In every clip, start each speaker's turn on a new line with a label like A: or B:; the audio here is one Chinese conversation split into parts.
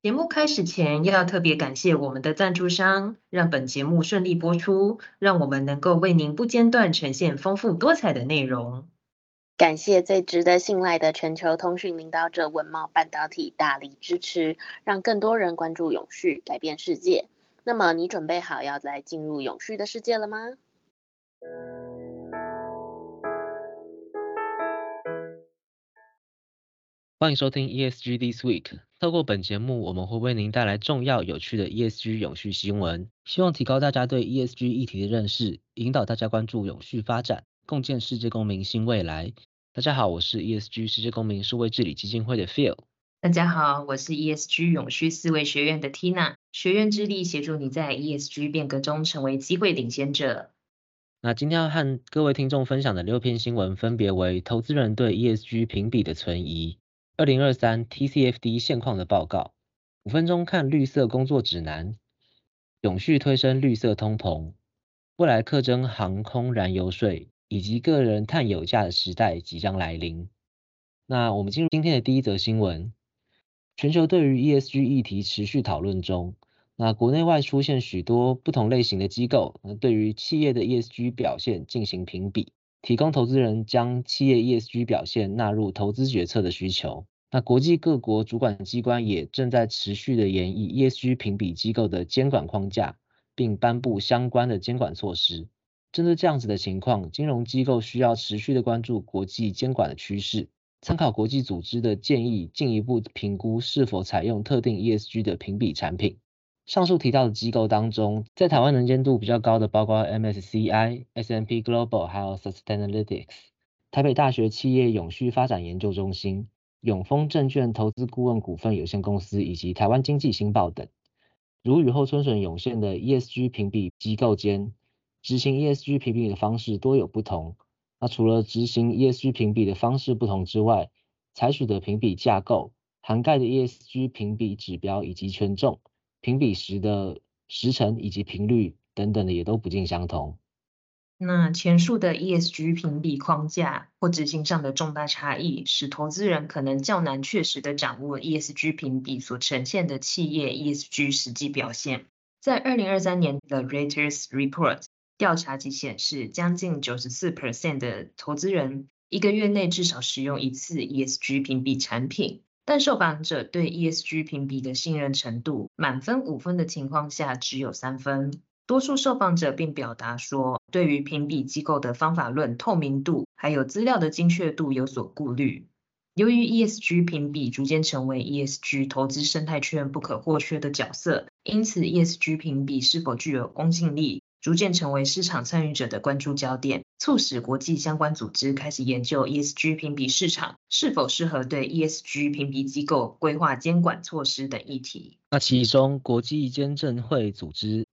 A: 节目开始前，要特别感谢我们的赞助商，让本节目顺利播出，让我们能够为您不间断呈现丰富多彩的内容。
B: 感谢最值得信赖的全球通讯领导者文茂半导体大力支持，让更多人关注永续，改变世界。那么你准备好要来进入永续的世界了吗？
C: 欢迎收听 ESG This Week。透过本节目，我们会为您带来重要有趣的 ESG 永续新闻，希望提高大家对 ESG 议题的认识，引导大家关注永续发展，共建世界公民新未来。大家好，我是 ESG 世界公民数位治理基金会的 Phil。
A: 大家好，我是 ESG 永续思维学院的 Tina， 学院致力协助你在 ESG 变革中成为机会领先者。
C: 那今天要和各位听众分享的6篇新闻，分别为投资人对 ESG 评比的存疑，2023 TCFD 现况的报告，5分钟看绿色工作指南，永续推升绿色通膨，未来课征航空燃油税，以及个人碳有价的时代即将来临。那我们进入今天的第一则新闻，全球对于 ESG 议题持续讨论中。那国内外出现许多不同类型的机构，对于企业的 ESG 表现进行评比，提供投资人将企业 ESG 表现纳入投资决策的需求。那国际各国主管机关也正在持续的研议 ESG 评比机构的监管框架，并颁布相关的监管措施。针对这样子的情况，金融机构需要持续的关注国际监管的趋势，参考国际组织的建议，进一步评估是否采用特定 ESG 的评比产品。上述提到的机构当中，在台湾能见度比较高的包括 MSCI、S&P Global 还有 Sustainalytics、台北大学企业永续发展研究中心、永丰证券投资顾问股份有限公司以及台湾经济新报等。如雨后春笋涌现的 ESG 评比机构间，执行 ESG 评比的方式多有不同。那除了执行 ESG 评比的方式不同之外，采取的评比架构、涵盖的 ESG 评比指标以及权重、评比时的时程以及频率等等的也都不尽相同。
A: 那前述的 ESG 评比框架或执行上的重大差异，使投资人可能较难确实的掌握 ESG 评比所呈现的企业 ESG 实际表现。在2023年的 Reuters Report 调查即显示，将近94% 的投资人1个月内至少使用1次 ESG 评比产品，但受访者对 ESG 评比的信任程度，满分5分的情况下只有3分。多数受访者并表达说，对于评比机构的方法论透明度还有资料的精确度有所顾虑。由于 ESG 评比逐渐成为 ESG 投资生态圈不可或缺的角色，因此 ESG 评比是否具有公信力，逐渐成为市场参与者的关注焦点，促使国际相关组织开始研究 ESG 评比市场是否适合对 ESG 评比机构规划监管措施等议题。
C: 那其中，国际监证会组织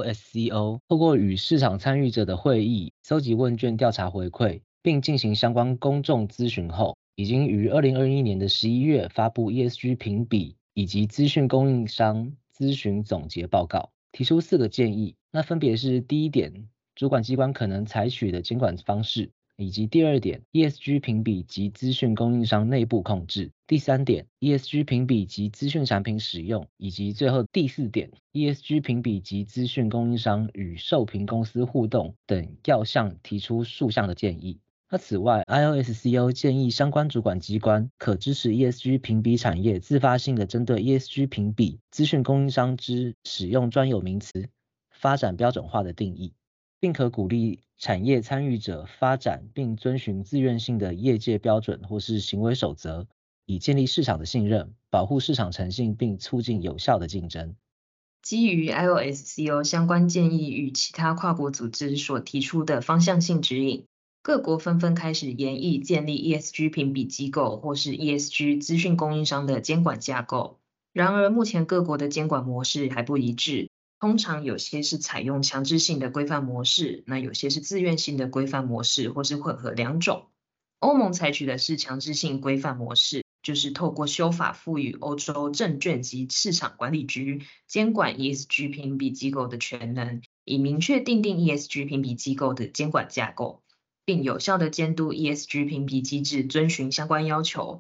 C: IOSCO 透过与市场参与者的会议，搜集问卷调查回馈，并进行相关公众咨询后，已经于2021年的11月发布 ESG 评比以及资讯供应商咨询总结报告，提出4个建议。那分别是第一点，主管机关可能采取的监管方式，以及第2点 ESG 评比及资讯供应商内部控制，第3点 ESG 评比及资讯产品使用，以及最后第4点 ESG 评比及资讯供应商与受评公司互动等要项提出数项的建议。那此外 IOSCO 建议相关主管机关可支持 ESG 评比产业自发性的针对 ESG 评比资讯供应商之使用专有名词发展标准化的定义，并可鼓励产业参与者发展并遵循自愿性的业界标准或是行为守则，以建立市场的信任，保护市场诚信并促进有效的竞争。
A: 基于 IOSCO 相关建议与其他跨国组织所提出的方向性指引，各国纷纷开始研议建立 ESG 评比机构或是 ESG 资讯供应商的监管架构。然而，目前各国的监管模式还不一致，通常有些是采用强制性的规范模式，那有些是自愿性的规范模式，或是混合两种。欧盟采取的是强制性规范模式，就是透过修法赋予欧洲证券及市场管理局监管 ESG 评比机构的权能，以明确订定 ESG 评比机构的监管架构，并有效地监督 ESG 评比机制遵循相关要求。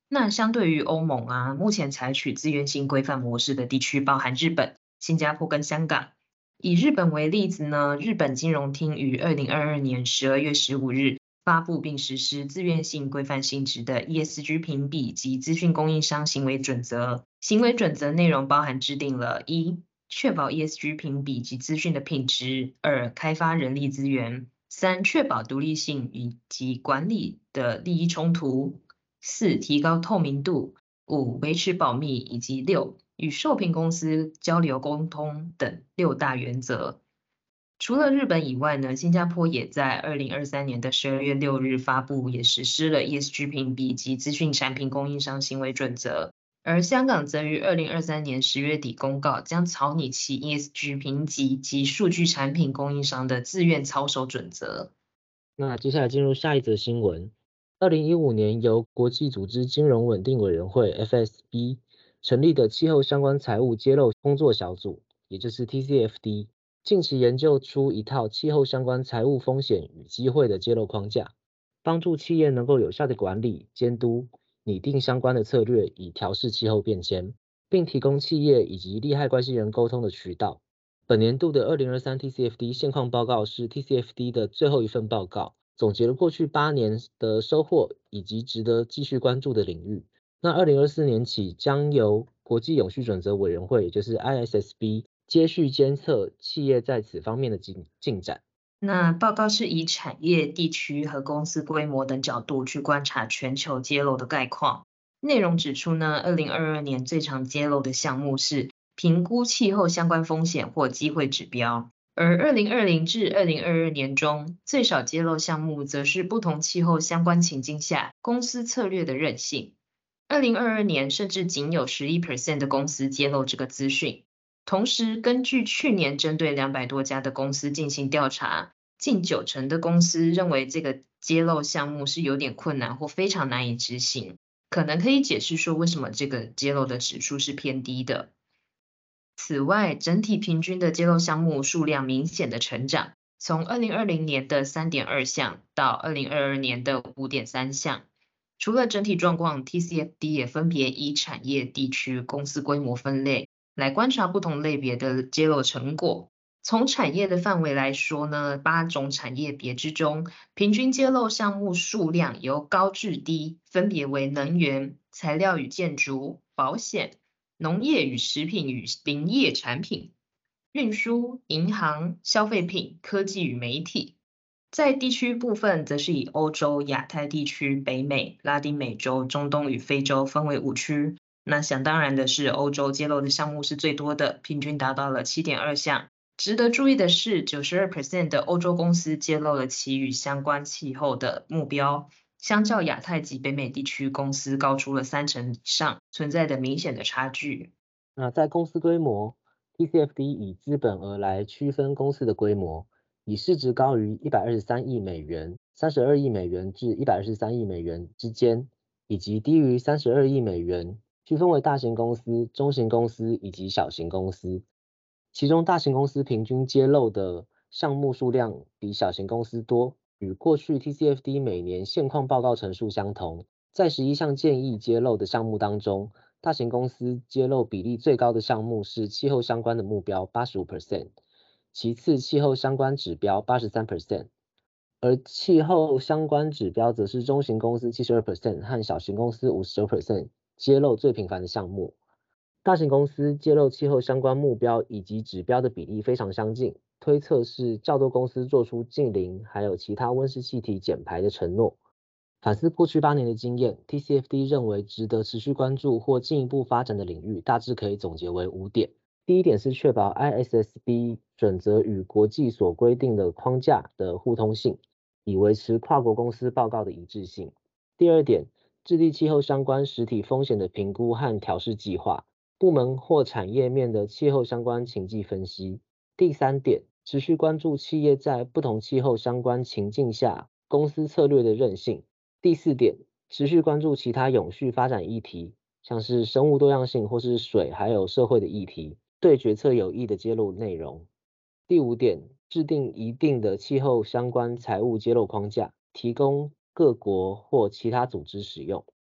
A: 那相对于欧盟啊，目前采取自愿性规范模式的地区包含日本、新加坡跟香港。以日本为例子呢，日本金融厅于2022年12月15日发布并实施自愿性规范性质的 ESG 评比及资讯供应商行为准则。行为准则内容包含制定了1、确保 ESG 评比及资讯的品质；2、开发人力资源；3、确保独立性以及管理的利益冲突；4、提高透明度；5、维持保密；以及6、与受聘公司交流沟通等6大原则。除了日本以外呢，新加坡也在2023年的12月6日发布，也实施了 ESG 评比及资讯产品供应商行为准则。而香港则于2023年10月底公告，将草拟其 ESG 评级及数据产品供应商的自愿操守准则。
C: 那接下来进入下一则新闻。2015年由国际组织金融稳定委员会 FSB 成立的气候相关财务揭露工作小组，也就是 TCFD， 近期研究出一套气候相关财务风险与机会的揭露框架，帮助企业能够有效的管理、监督、拟定相关的策略，以调适气候变迁，并提供企业以及利害关系人沟通的渠道。本年度的2023 TCFD 现况报告是 TCFD 的最后一份报告，总结了过去8年的收获以及值得继续关注的领域。那2024年起将由国际永续准则委员会，也就是 ISSB 接续监测企业在此方面的进展。
A: 那报告是以产业、地区和公司规模等角度去观察全球揭露的概况。内容指出呢，2022年最常揭露的项目是评估气候相关风险或机会指标，而2020至2022年中最少揭露项目则是不同气候相关情境下公司策略的韧性。2022年甚至仅有11% 的公司揭露这个资讯。同时，根据去年针对200多家的公司进行调查，近90%的公司认为这个揭露项目是有点困难或非常难以执行，可能可以解释说为什么这个揭露的指数是偏低的。此外，整体平均的揭露项目数量明显的成长，从2020年的3.2项到2022年的5.3项。除了整体状况， TCFD 也分别以产业、地区、公司规模分类，来观察不同类别的揭露成果。从产业的范围来说呢，8种产业别之中，平均揭露项目数量由高至低，分别为能源、材料与建筑、保险、农业与食品与林业产品、运输、银行、消费品、科技与媒体。在地区部分，则是以欧洲、亚太地区、北美、拉丁美洲、中东与非洲分为5区。那想当然的是，欧洲揭露的项目是最多的，平均达到了7.2项。值得注意的是 ，92% 的欧洲公司揭露了其与相关气候的目标，相较亚太及北美地区公司高出了30%以上，存在的明显的差距。
C: 那在公司规模 ，TCFD 以资本额来区分公司的规模，以市值高于123亿美元、32亿美元至123亿美元之间，以及低于32亿美元，区分为大型公司、中型公司以及小型公司。其中大型公司平均揭露的项目数量比小型公司多，与过去 TCFD 每年现况报告陈述相同。在11项建议揭露的项目当中，大型公司揭露比例最高的项目是气候相关的目标 85%， 其次气候相关指标 83%， 而气候相关指标则是中型公司 72% 和小型公司 59% 揭露最频繁的项目。大型公司揭露气候相关目标以及指标的比例非常相近，推测是较多公司做出净零还有其他温室气体减排的承诺。反思过去8年的经验， TCFD 认为值得持续关注或进一步发展的领域大致可以总结为5点。第一点是确保 ISSB 准则与国际所规定的框架的互通性，以维持跨国公司报告的一致性。第二点，制定气候相关实体风险的评估和调试计划，部门或产业面的气候相关情境分析。第三点，持续关注企业在不同气候相关情境下公司策略的韧性。第四点，持续关注其他永续发展议题，像是生物多样性或是水还有社会的议题，对决策有益的揭露内容。第五点，制定一定的气候相关财务揭露框架，提供各国或其他组织使用。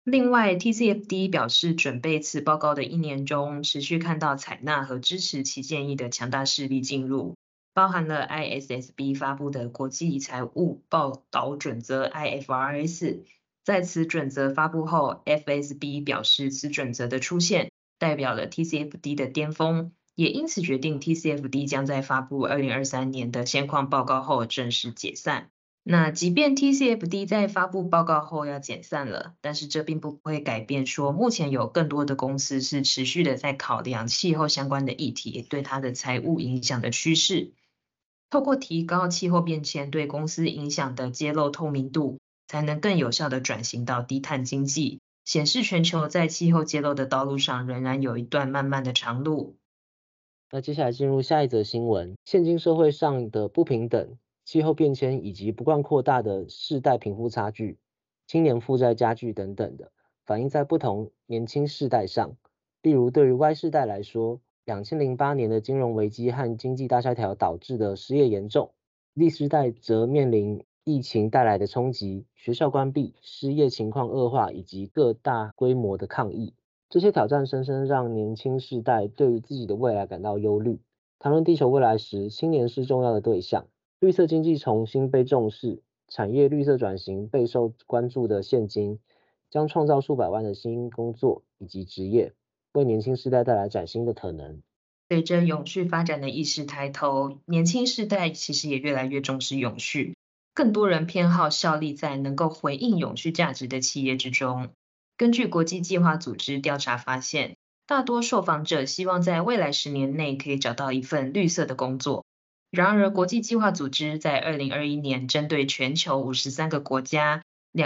A: 另外 ，TCFD 表示，准备此报告的1年中，持续看到采纳和支持其建议的强大势力进入，包含了 ISSB 发布的国际财务报道准则 IFRS。在此准则发布后 ，FSB 表示此准则的出现代表了 TCFD 的巅峰，也因此决定 TCFD 将在发布2023年的现况报告后正式解散。那即便 TCFD 在发布报告后要解散了，但是这并不会改变说，目前有更多的公司是持续的在考量气候相关的议题对它的财务影响的趋势。透过提高气候变迁对公司影响的揭露透明度，才能更有效的转型到低碳经济，显示全球在气候揭露的道路上仍然有一段漫漫的长路。
C: 那接下来进入下一则新闻，现今社会上的不平等、气候变迁以及不断扩大的世代贫富差距、青年负债加剧等等的，反映在不同年轻世代上。例如对于 Y 世代来说，2008年的金融危机和经济大萧条导致的失业严重， Z 世代则面临疫情带来的冲击、学校关闭、失业情况恶化以及各大规模的抗议。这些挑战深深让年轻世代对于自己的未来感到忧虑。谈论地球未来时，青年是重要的对象。绿色经济重新被重视，产业绿色转型备受关注的现今，将创造数百万的新工作以及职业，为年轻世代带来崭新的可能。
A: 随着永续发展的意识抬头，年轻世代其实也越来越重视永续，更多人偏好效力在能够回应永续价值的企业之中。根据国际计划组织调查发现，大多受访者希望在未来10年内可以找到一份绿色的工作。然而，国际计划组织在2021年针对全球53个国家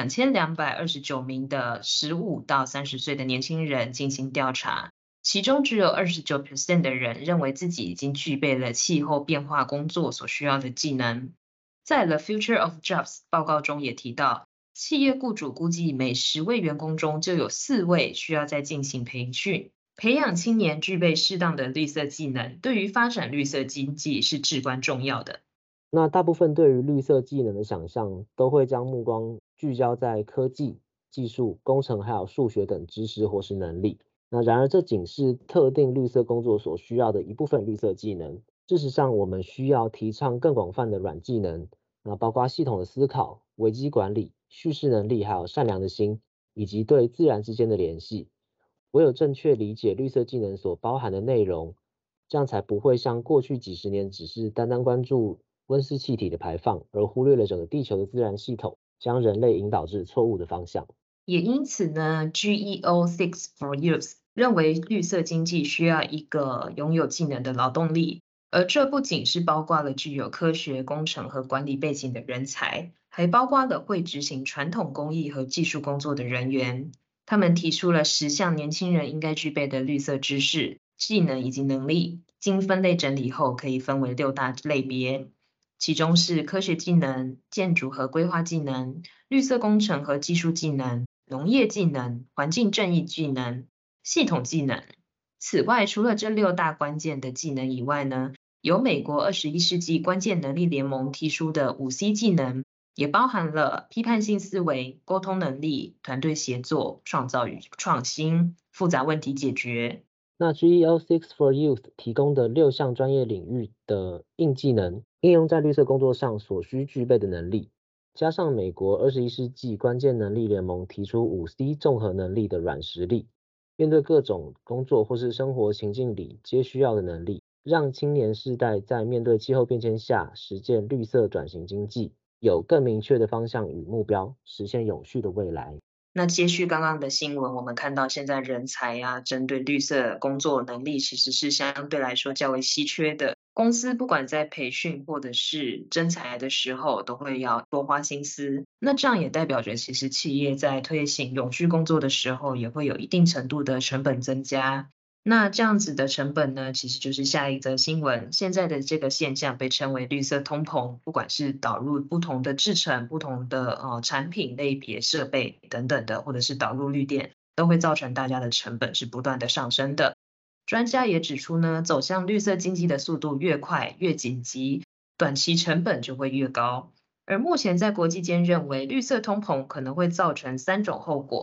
A: 2229名的15到30岁的年轻人进行调查，其中只有29% 的人认为自己已经具备了气候变化工作所需要的技能。在 The Future of Jobs 报告中也提到，企业雇主估计每10位员工中就有4位需要再进行培训。培养青年具备适当的绿色技能，对于发展绿色经济是至关重要的。
C: 那大部分对于绿色技能的想象，都会将目光聚焦在科技、技术、工程还有数学等知识或是能力。那然而这仅是特定绿色工作所需要的一部分绿色技能。事实上，我们需要提倡更广泛的软技能，包括系统的思考、危机管理、叙事能力，还有善良的心，以及对自然之间的联系。唯有正确理解绿色技能所包含的内容，这样才不会像过去几十年只是单单关注温室气体的排放，而忽略了整个地球的自然系统，将人类引导至错误的方向。
A: 也因此呢 ，GEO 6 for Youth 认为绿色经济需要一个拥有技能的劳动力，而这不仅是包括了具有科学、工程和管理背景的人才，还包括了会执行传统工艺和技术工作的人员。他们提出了10项年轻人应该具备的绿色知识、技能以及能力，经分类整理后可以分为6大类别，其中是科学技能、建筑和规划技能、绿色工程和技术技能、农业技能、环境正义技能、系统技能。此外，除了这6大关键的技能以外呢，由美国21世纪关键能力联盟提出的5C 技能，也包含了批判性思维、沟通能力、团队协作、创造与创新、复杂问题解决。
C: 那 GEO 6 for Youth 提供的6项专业领域的硬技能，应用在绿色工作上所需具备的能力，加上美国21世纪关键能力联盟提出5C 综合能力的软实力，面对各种工作或是生活情境里皆需要的能力，让青年世代在面对气候变迁下实践绿色转型经济，有更明确的方向与目标，实现永续的未来。
A: 那接续刚刚的新闻，我们看到现在人才针对绿色工作能力其实是相对来说较为稀缺的。公司不管在培训或者是征才的时候，都会要多花心思。那这样也代表着，其实企业在推行永续工作的时候，也会有一定程度的成本增加。那这样子的成本呢，其实就是下一则新闻。现在的这个现象被称为绿色通膨，不管是导入不同的制程、不同的产品类别、设备等等的，或者是导入绿电，都会造成大家的成本是不断的上升的。专家也指出呢，走向绿色经济的速度越快越紧急，短期成本就会越高。而目前在国际间认为，绿色通膨可能会造成3种后果。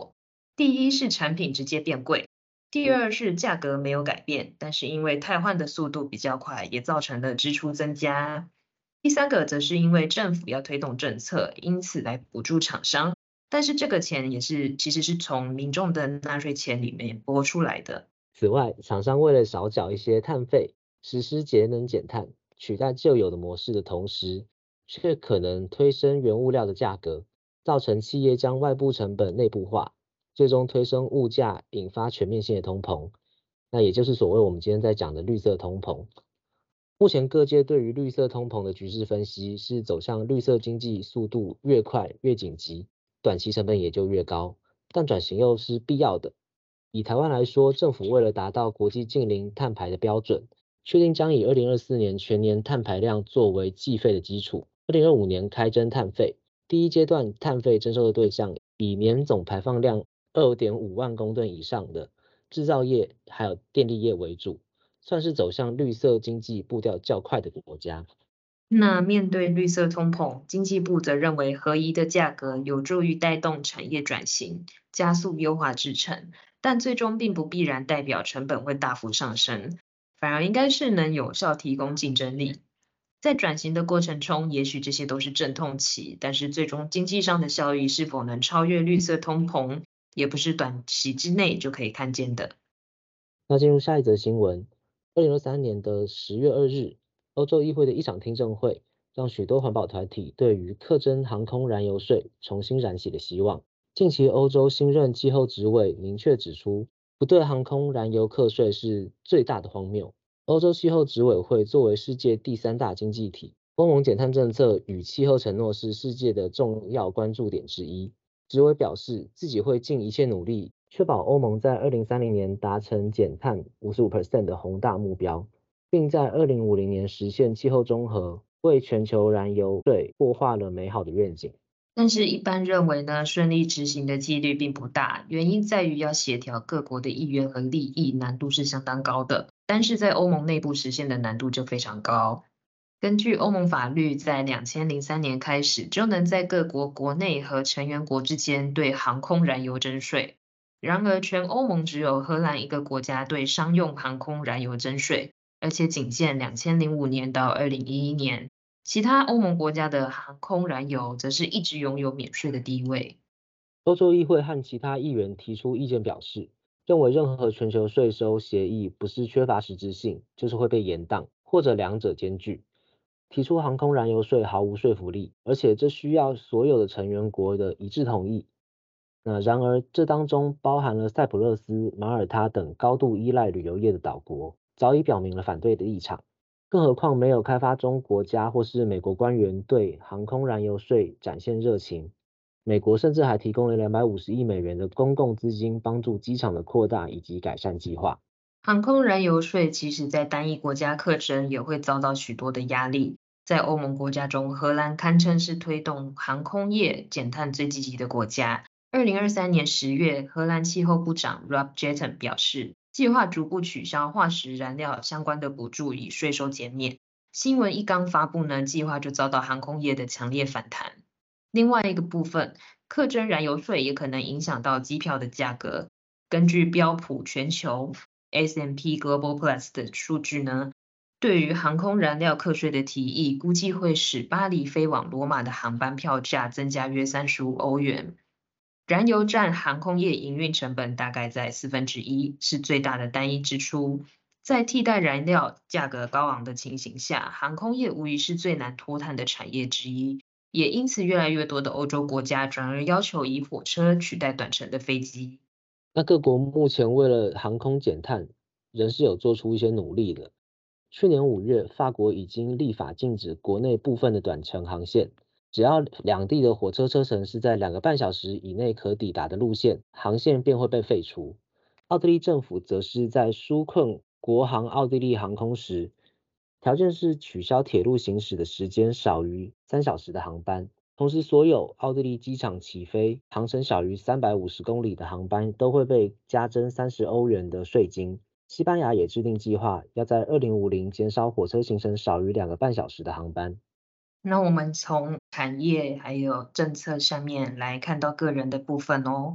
A: 第一是产品直接变贵，第二是价格没有改变，但是因为汰换的速度比较快，也造成了支出增加。第三个则是因为政府要推动政策，因此来补助厂商，但是这个钱其实是从民众的纳税钱里面拨出来的。
C: 此外，厂商为了少缴一些碳费，实施节能减碳，取代旧有的模式的同时，却可能推升原物料的价格，造成企业将外部成本内部化，最终推升物价，引发全面性的通膨。那也就是所谓我们今天在讲的绿色通膨。目前各界对于绿色通膨的局势分析是走向绿色经济速度越快越紧急，短期成本也就越高，但转型又是必要的。以台湾来说，政府为了达到国际净零碳排的标准，确定将以2024年全年碳排量作为计费的基础，2025年开征碳费。第一阶段碳费征收的对象以年总排放量2.5万公吨以上的制造业还有电力业为主，算是走向绿色经济步调较快的国家。
A: 那面对绿色通膨，经济部则认为合宜的价格有助于带动产业转型，加速优化制程，但最终并不必然代表成本会大幅上升，反而应该是能有效提供竞争力。在转型的过程中，也许这些都是阵痛期，但是最终经济上的效益是否能超越绿色通膨，也不是短期之内就可以看见的。
C: 那进入下一则新闻，2023年的10月2日，欧洲议会的一场听证会，让许多环保团体对于课征航空燃油税重新燃起了希望。近期欧洲新任气候执委明确指出，不对航空燃油课税是最大的荒谬。欧洲气候执委会作为世界第3大经济体，欧盟减碳政策与气候承诺是世界的重要关注点之一。执委表示，自己会尽一切努力，确保欧盟在2030年达成减碳55% 的宏大目标，并在2050年实现气候中和，为全球燃油税擘画了美好的愿景。
A: 但是，一般认为呢，顺利执行的几率并不大，原因在于要协调各国的意愿和利益，难度是相当高的。但是在欧盟内部实现的难度就非常高。根据欧盟法律，在2003年开始，就能在各国国内和成员国之间对航空燃油征税。然而，全欧盟只有荷兰一个国家对商用航空燃油征税，而且仅限2005年到2011年。其他欧盟国家的航空燃油则是一直拥有免税的地位。
C: 欧洲议会和其他议员提出意见表示，认为任何全球税收协议不是缺乏实质性，就是会被延宕，或者两者兼具。提出航空燃油税毫无说服力，而且这需要所有的成员国的一致同意。然而，这当中包含了塞浦路斯、马耳他等高度依赖旅游业的岛国，早已表明了反对的立场。更何况没有开发中国家或是美国官员对航空燃油税展现热情。美国甚至还提供了250亿美元的公共资金，帮助机场的扩大以及改善计划。
A: 航空燃油税其实在单一国家课征也会遭到许多的压力。在欧盟国家中，荷兰堪称是推动航空业减碳最积极的国家。2023年10月，荷兰气候部长 Rob Jetten 表示，计划逐步取消化石燃料相关的补助，以税收减免。新闻一刚发布呢，计划就遭到航空业的强烈反弹。另外一个部分，课征燃油税也可能影响到机票的价格。根据标普全球 S&P Global Plus 的数据呢，对于航空燃料课税的提议，估计会使巴黎飞往罗马的航班票价增加约35欧元。燃油占航空业营运成本大概在1/4，是最大的单一支出。在替代燃料价格高昂的情形下，航空业无疑是最难脱碳的产业之一。也因此，越来越多的欧洲国家转而要求以火车取代短程的飞机。
C: 那各国目前为了航空减碳，仍是有做出一些努力的。去年5月，法国已经立法禁止国内部分的短程航线，只要两地的火车车程是在2个半小时以内可抵达的路线，航线便会被废除。奥地利政府则是在纾困国航奥地利航空时，条件是取消铁路行驶的时间少于3小时的航班，同时所有奥地利机场起飞航程小于350公里的航班都会被加征30欧元的税金。西班牙也制定计划，要在2050减少火车行程少于2个半小时的航班。
A: 那我们从产业还有政策上面来看到个人的部分哦。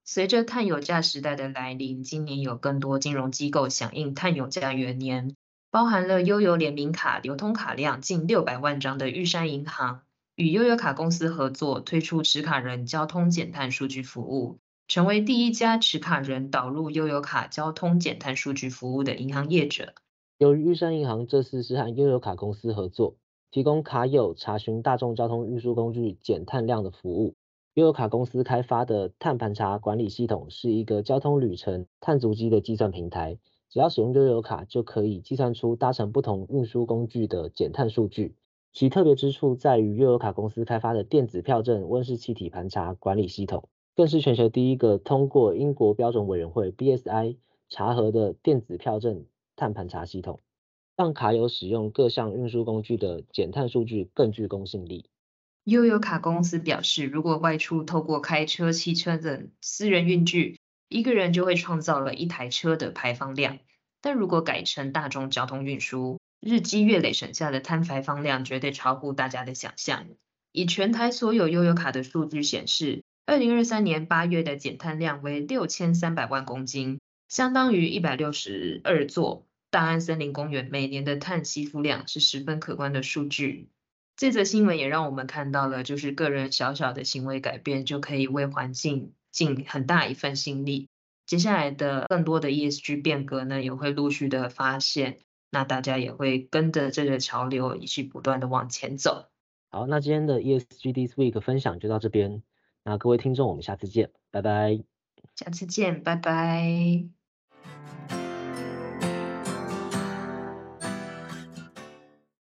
A: 随着碳油价时代的来临，今年有更多金融机构响应碳油价元年，包含了悠游联名卡流通卡量近600万张的玉山银行，与悠游卡公司合作推出持卡人交通减碳数据服务，成为第一家持卡人导入悠游卡交通减碳数据服务的银行业者。
C: 由于玉山银行这次是和悠游卡公司合作，提供卡友查询大众交通运输工具减碳量的服务。悠游卡公司开发的碳盘查管理系统是一个交通旅程碳足迹的计算平台，只要使用悠游卡就可以计算出搭乘不同运输工具的减碳数据。其特别之处在于悠游卡公司开发的电子票证温室气体盘查管理系统，更是全球第一个通过英国标准委员会 BSI 查核的电子票证碳盘查系统，让卡友使用各项运输工具的减碳数据更具公信力。
A: 悠游卡公司表示，如果外出透过开车、汽车等私人运具，一个人就会创造了1台车的排放量。但如果改成大众交通运输，日积月累省下的碳排放量绝对超乎大家的想象。以全台所有悠游卡的数据显示，2023年8月的减碳量为6300万公斤，相当于162座大安森林公园每年的碳吸附量，是十分可观的数据。这则新闻也让我们看到了，就是个人小小的行为改变就可以为环境尽很大一份心力。接下来的更多的 ESG 变革呢，也会陆续的发现，那大家也会跟着这个潮流一起不断的往前走。
C: 好，那今天的 ESG This Week 分享就到这边，那各位听众，我们下次见，拜拜。
A: 下次见，拜拜。